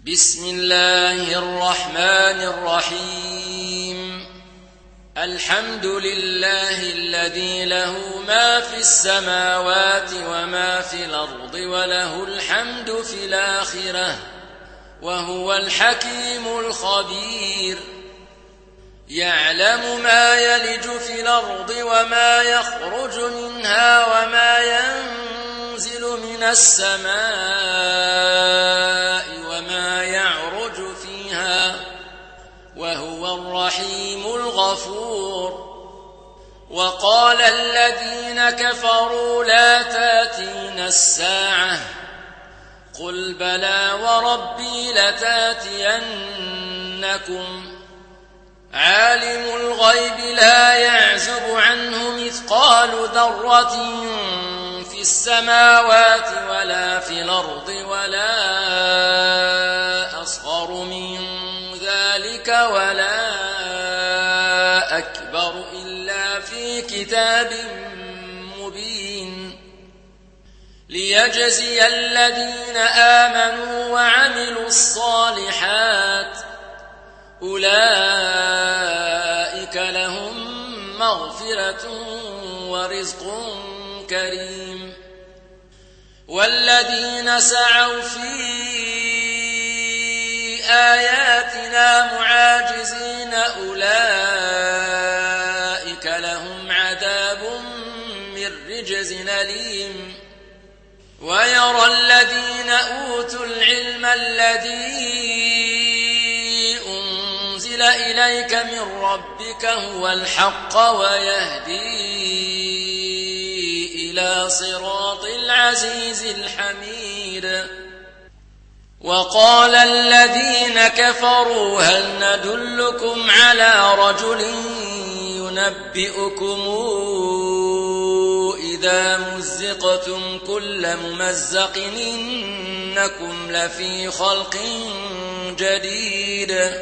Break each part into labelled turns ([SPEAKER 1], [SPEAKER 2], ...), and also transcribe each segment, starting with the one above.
[SPEAKER 1] بسم الله الرحمن الرحيم. الحمد لله الذي له ما في السماوات وما في الأرض وله الحمد في الآخرة وهو الحكيم الخبير. يعلم ما يلج في الأرض وما يخرج منها وما ينزل من السماء وما يعرج فيها وهو الرحيم الغفور. وقال الذين كفروا لا تأتينا الساعة قل بلى وربي لتأتينكم عالم الغيب لا يعزب عنه مثقال ذرة في السماوات ولا في الأرض ولا أصغر من ذلك ولا أكبر إلا في كتاب مبين ليجزي الذين آمنوا وعملوا الصالحات أولئك لهم مغفرة ورزق كريم. والذين سعوا في آياتنا معاجزين أولئك لهم عذاب من رجز أليم. ويرى الذين أوتوا العلم الذي أنزل إليك من ربك هو الحق ويهدي إلى صراط العزيز الحميد. وقال الذين كفروا هل ندلكم على رجل ينبئكم إذا مزقتم كل ممزق إنكم لفي خلق جديد.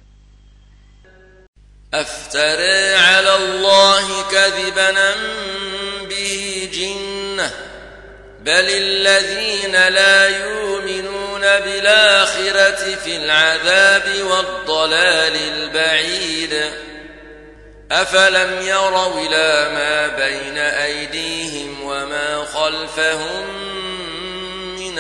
[SPEAKER 1] أفترى على الله كذبا أم به جنة بل الذين لا يؤمنون بالآخرة في العذاب والضلال البعيد. أفلم يروا إلى ما بين أيديهم وما خلفهم من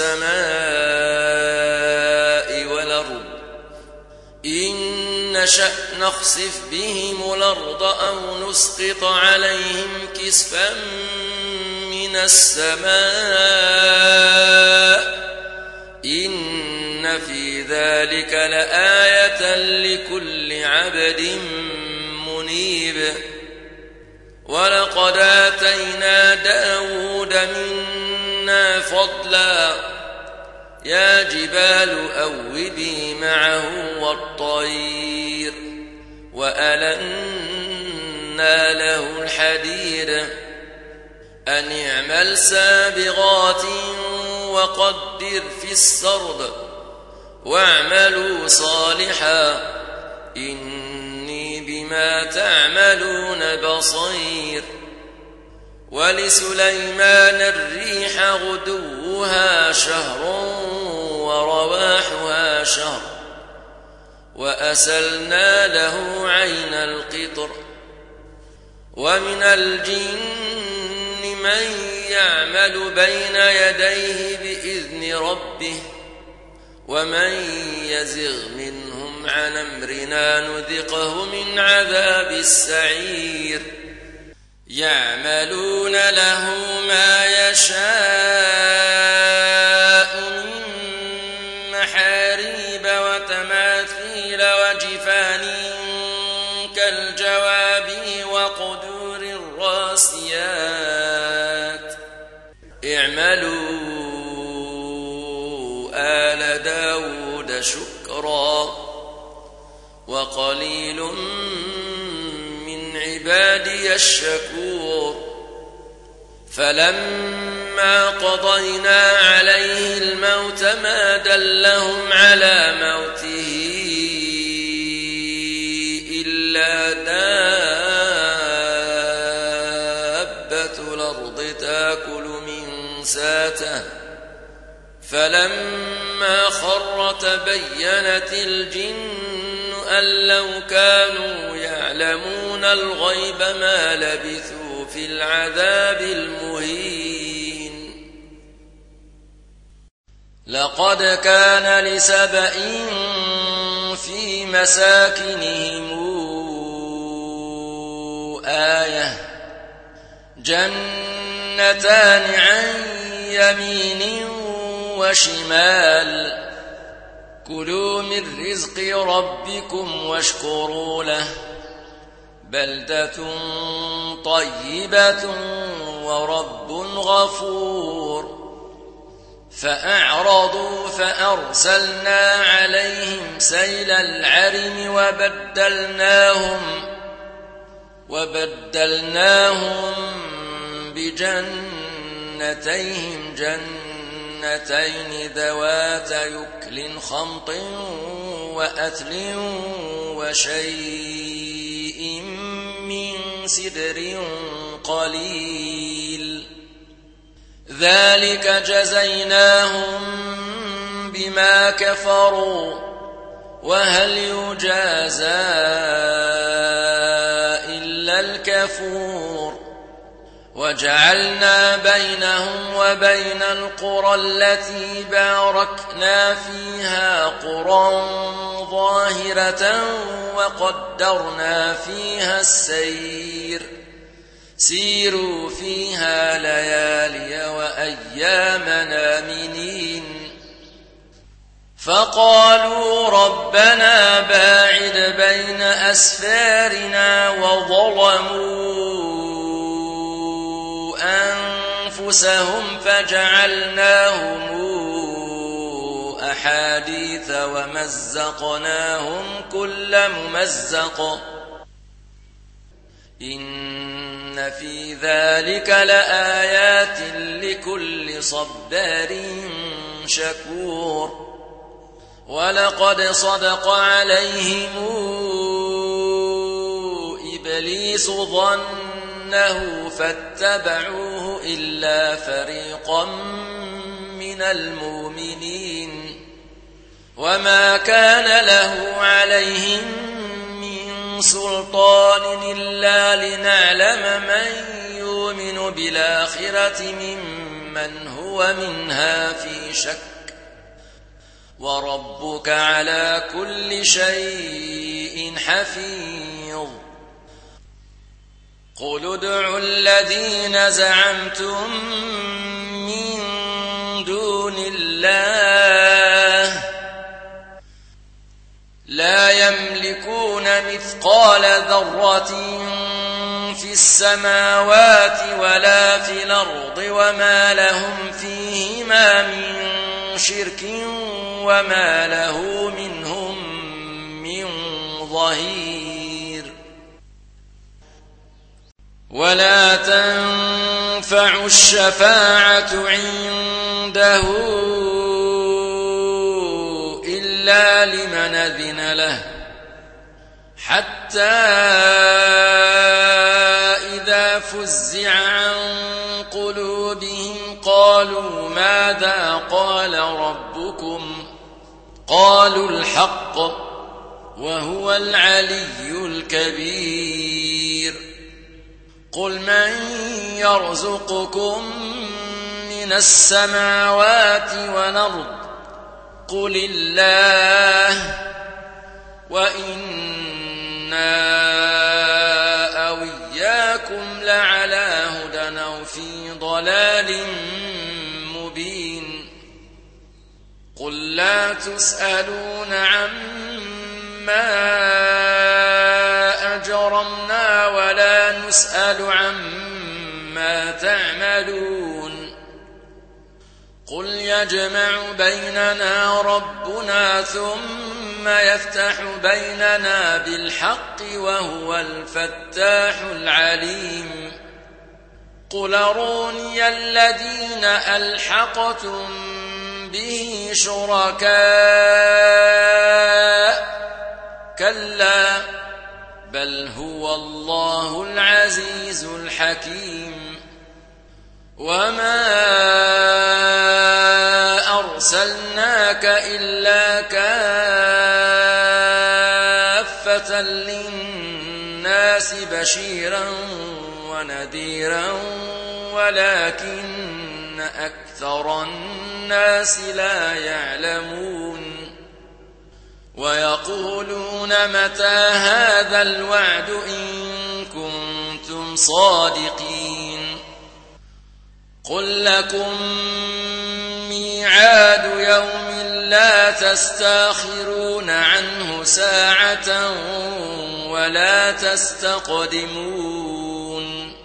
[SPEAKER 1] السماء والأرض إن نشأ نخسف بهم الأرض أو نسقط عليهم كسفا من السماء إن في ذلك لآية لكل عبد منيب. ولقد آتينا داود منا فضلا يا جبال أوبي معه والطير وألنا له الحديد أن اعمل سابغات وقدر في السرد واعملوا صالحا إني بما تعملون بصير. ولسليمان الريح غدوها شهر ورواحها شهر وأسلنا له عين القطر. ومن الجن من يعمل بين يديه بإذن ربه ومن يزغ منهم عن أمرنا نذقه من عذاب السعير. يعملون له ما يشاء من محاريب وتماثيل وجفان كالجواب وقدور الراسيات. اعملوا آل داود شكرا وقليل من عبادي الشكور. فلما قضينا عليه الموت ما دلهم على موته إلا دابة الأرض تأكل من ساته فلما فلما خر تبينت الجن أن لو كانوا يعلمون الغيب ما لبثوا في العذاب المهين. لقد كان لسبإ في مساكنهم آية جنتان عن يمين وشمال كلوا من رزق ربكم واشكروا له بلدة طيبة ورب غفور. فأعرضوا فأرسلنا عليهم سيل العرم وبدلناهم بجنتيهم جنتين ذوات يكل خمط وأثل وشيء من سدر قليل ذلك جزيناهم بما كفروا وهل يجازى إلا الكفور. وجعلنا بينهم وبين القرى التي باركنا فيها قرى ظاهرة وقدرنا فيها السير سيروا فيها ليالي وأياما آمنين. فقالوا ربنا باعد بين أسفارنا وظلموا أنفسهم فجعلناهم أحاديث ومزقناهم كل ممزق إن في ذلك لآيات لكل صبار شكور. ولقد صدق عليهم إبليس ظنه فاتبعوه إلا فريقا من المؤمنين وما كان له عليهم من سلطان إلا لنعلم من يؤمن بالآخرة ممن هو منها في شك وربك على كل شيء حفيظ. قل ادعوا الذين زعمتم من دون الله لا يملكون مثقال ذرة في السماوات ولا في الأرض وما لهم فيهما من شرك وما له منهم من ظهير. ولا تنفع الشفاعة عنده إلا لمن أذن له حتى إذا فزع عن قلوبهم قالوا ماذا قال ربكم قالوا الحق وهو العلي الكبير. قل من يرزقكم من السماوات والأرض قل الله وإنا أو إياكم لعلى هدى أو في ضلال مبين. قل لا تسألون عما أجرمنا ولا نسأل عما تعملون. قل يجمع بيننا ربنا ثم يفتح بيننا بالحق وهو الفتاح العليم. قل أروني الذين ألحقتم به شركاء كلا بل هو الله العزيز الحكيم. وما أرسلناك إلا كافة للناس بشيرا ونذيرا ولكن أكثر الناس لا يعلمون ويقولون متى هذا الوعد إن كنتم صادقين قل لكم ميعاد يوم لا تستأخرون عنه ساعة ولا تستقدمون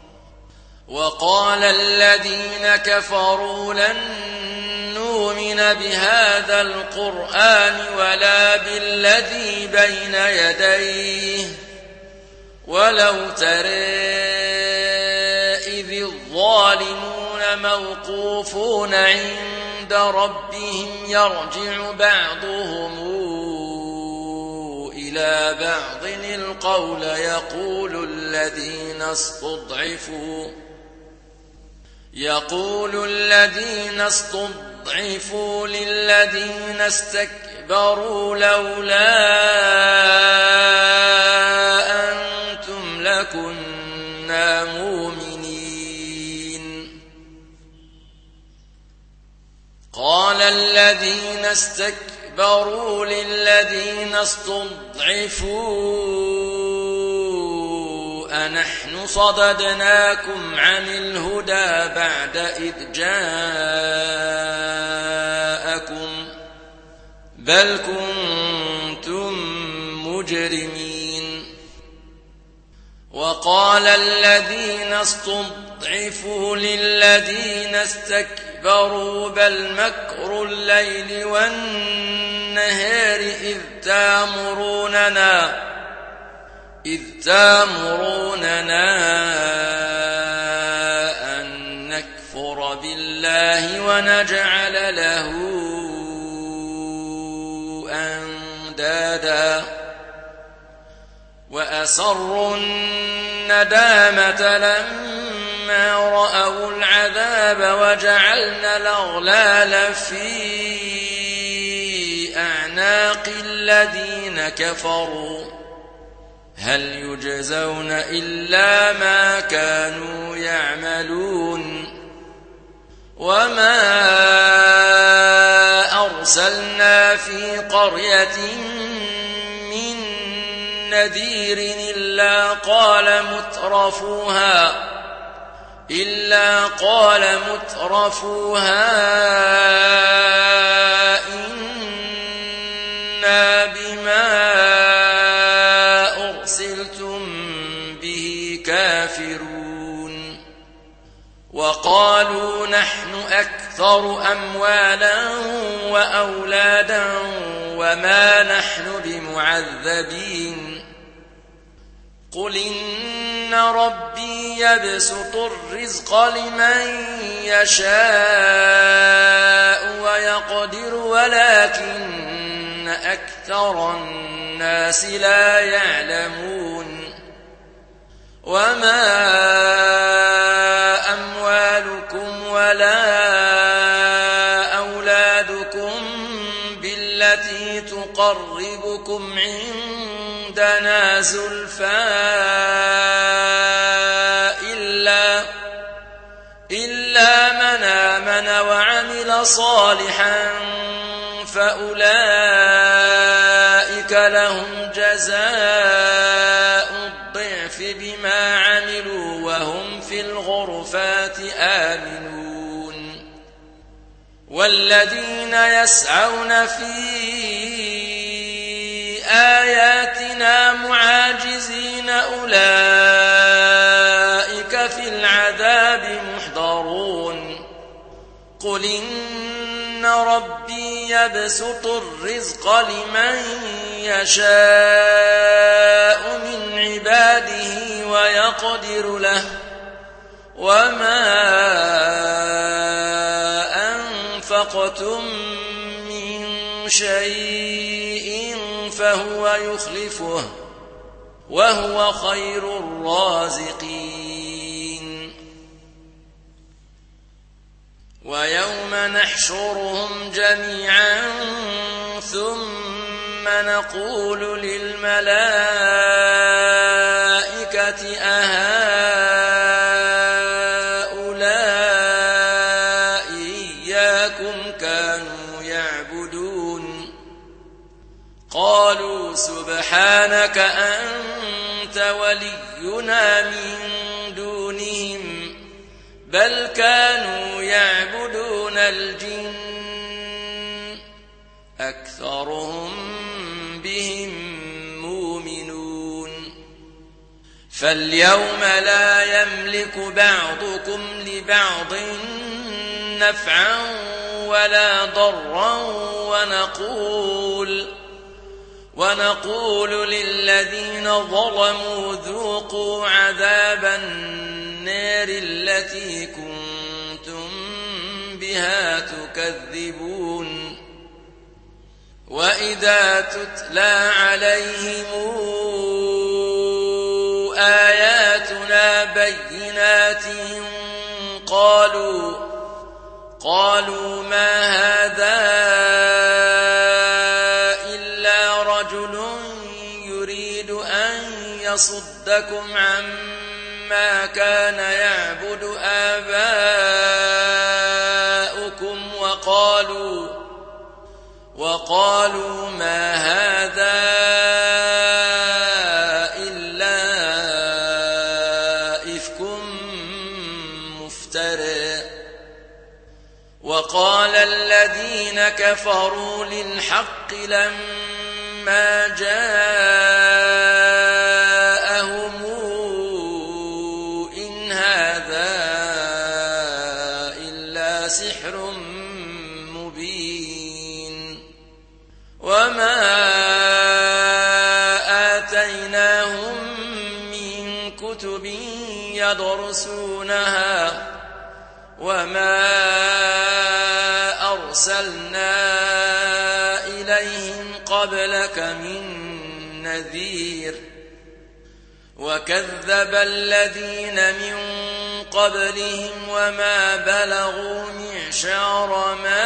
[SPEAKER 1] وقال الذين كفروا لن نؤمن بهذا القرآن ولا بالذي بين يديه ولو ترى إذ الظالمون موقوفون عند ربهم يرجع بعضهم إلى بعض القول يقول الذين استضعفوا للذين استكبروا لولا أنتم لكنا مؤمنين قال الذين استكبروا للذين استضعفوا أنحن صددناكم عن الهدى بعد إذ جاءكم بل كنتم مجرمين وقال الذين استضعفوا للذين استكبروا بل مكر الليل والنهار إذ تامروننا أن نكفر بالله ونجعل له أندادا وأسروا الندامة لما رأوا العذاب وجعلنا الأغلال في أعناق الذين كفروا هل يجزون إلا ما كانوا يعملون وما أرسلنا في قرية من نذير إلا قال مترفوها إنا بما أرسلتم به كافرون وقالوا نحن أكثر أموالا وأولادا وما نحن بمعذبين قل إن ربي يبسط الرزق لمن يشاء ويقدر ولكن أكثر الناس لا يعلمون وما أموالكم ولا أولادكم بالتي تقربكم عندنا زلفى إلا من آمن وعمل صالحا فأولئك لهم جزاء الضعف بما عملوا وهم في الغرفات آمنون والذين يسعون في آياتنا معاجزين أولئك في العذاب محضرون قل إن ربي يبسط الرزق لمن يشاء من عباده ويقدر له وما أنفقتم من شيء فهو يخلفه وهو خير الرازقين ويوم نحشرهم جميعا ثم نقول للملائكة أهؤلاء إياكم كانوا يعبدون قالوا سبحانك أنت ولينا من دونهم بل كانوا يعبدون الجن أكثرهم بهم مؤمنون فاليوم لا يملك بعضكم لبعض نفعا ولا ضرا ونقول للذين ظلموا ذوقوا عذاب النار التي كنتم بها تكذبون وإذا تتلى عليهم آياتنا بينات قالوا ما هذا إلا رجل يريد أن يصدكم عما كان يعبد آباؤكم وقالوا ما هذا إلا إفك مفترى وقال الذين كفروا للحق لما جاءهم إن هذا إلا سحر مبين وما آتيناهم من كتب يدرسونها وما أرسلنا إليهم قبلك من نذير وكذب الذين من قبلهم وما بلغوا معشار ما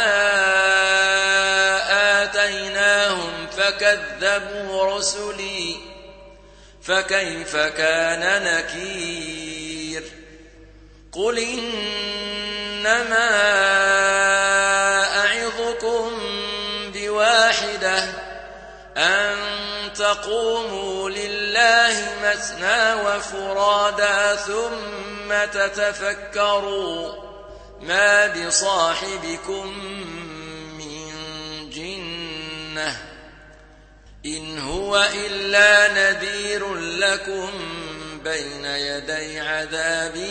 [SPEAKER 1] آتيناهم فكذبوا رسلي فكيف كان نكير قل إنما أعظكم بواحدة أن تقوموا لله مثنى وفرادا ثم تتفكروا ما بصاحبكم من جنة إن هو إلا نذير لكم بين يدي عذاب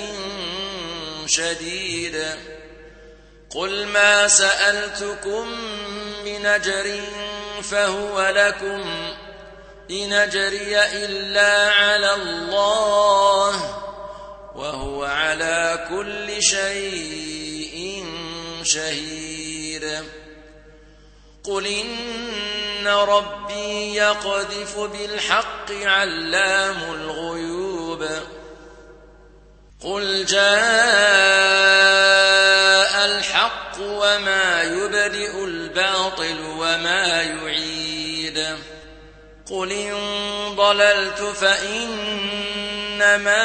[SPEAKER 1] شديد قل ما سألتكم من أجر فهو لكم إن أجري إلا على الله وهو على كل شيء شهيد قل إن ربي يقذف بالحق علام الغيوب قل جاء الحق وما يبدئ الباطل وما يعيد قل إن ضللت فإنما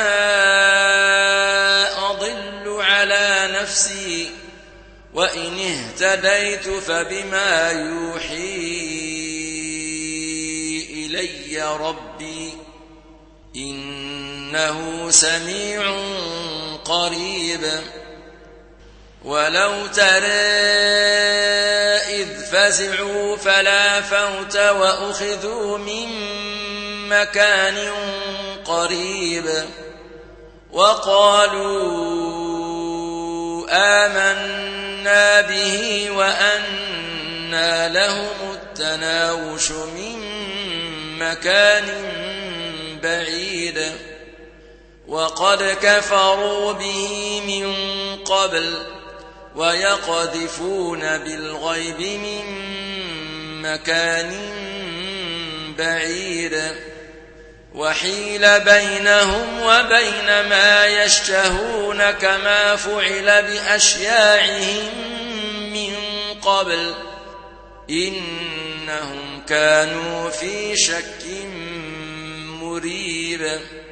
[SPEAKER 1] أضل على نفسي وإن اهتديت فبما يوحي إلي ربي إنه سميع قريب ولو ترى إذ فزعوا فلا فوت وأخذوا من مكان قريب وقالوا آمنا به وأنى لهم التناوش من مكان بعيد وقد كفروا به من قبل ويقذفون بالغيب من مكان بعيد وحيل بينهم وبين ما يشتهون كما فعل بأشياعهم من قبل إنهم كانوا في شك مريب